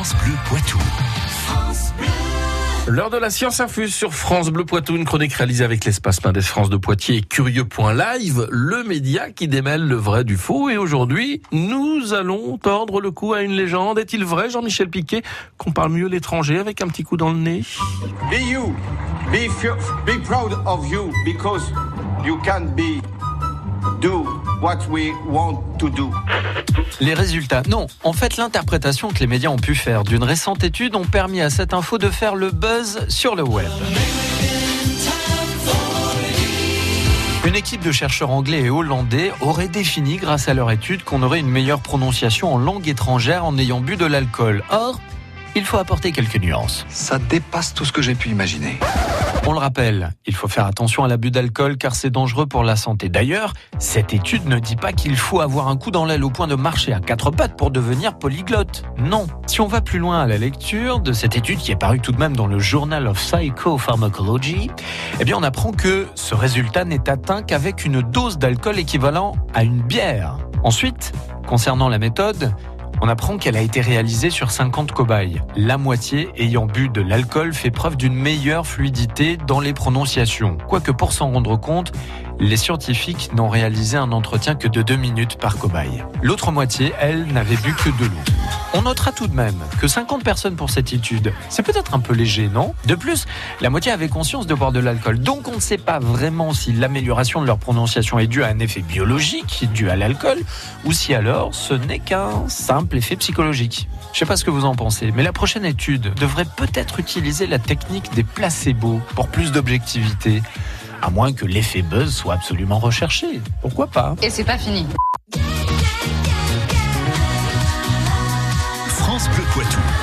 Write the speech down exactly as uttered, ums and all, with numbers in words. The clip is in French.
France Bleu Poitou. France Bleu. L'heure de la science infuse sur France Bleu Poitou, une chronique réalisée avec l'espace Mendes France de Poitiers et Curieux point live, le média qui démêle le vrai du faux. Et aujourd'hui, nous allons tordre le cou à une légende. Est-il vrai, Jean-Michel Piquet, qu'on parle mieux l'étranger avec un petit coup dans le nez? Be you, be, be proud of you, because you can be, do what we want to do. Les résultats, non. En fait, l'interprétation que les médias ont pu faire d'une récente étude ont permis à cette info de faire le buzz sur le web. Une équipe de chercheurs anglais et hollandais aurait défini, grâce à leur étude, qu'on aurait une meilleure prononciation en langue étrangère en ayant bu de l'alcool. Or, il faut apporter quelques nuances. Ça dépasse tout ce que j'ai pu imaginer. On le rappelle, il faut faire attention à l'abus d'alcool car c'est dangereux pour la santé. D'ailleurs, cette étude ne dit pas qu'il faut avoir un coup dans l'aile au point de marcher à quatre pattes pour devenir polyglotte. Non. Si on va plus loin à la lecture de cette étude qui est parue tout de même dans le Journal of Psychopharmacology, eh bien on apprend que ce résultat n'est atteint qu'avec une dose d'alcool équivalent à une bière. Ensuite, concernant la méthode, on apprend qu'elle a été réalisée sur cinquante cobayes. La moitié ayant bu de l'alcool fait preuve d'une meilleure fluidité dans les prononciations. Quoique pour s'en rendre compte, les scientifiques n'ont réalisé un entretien que de deux minutes par cobaye. L'autre moitié, elle, n'avait bu que de l'eau. On notera tout de même que cinquante personnes pour cette étude, c'est peut-être un peu léger, non? De plus, la moitié avait conscience de boire de l'alcool. Donc on ne sait pas vraiment si l'amélioration de leur prononciation est due à un effet biologique, dû à l'alcool, ou si alors ce n'est qu'un simple effet psychologique. Je ne sais pas ce que vous en pensez, mais la prochaine étude devrait peut-être utiliser la technique des placebos pour plus d'objectivité. À moins que l'effet buzz soit absolument recherché. Pourquoi pas? Et c'est pas fini. France Bleu Poitou.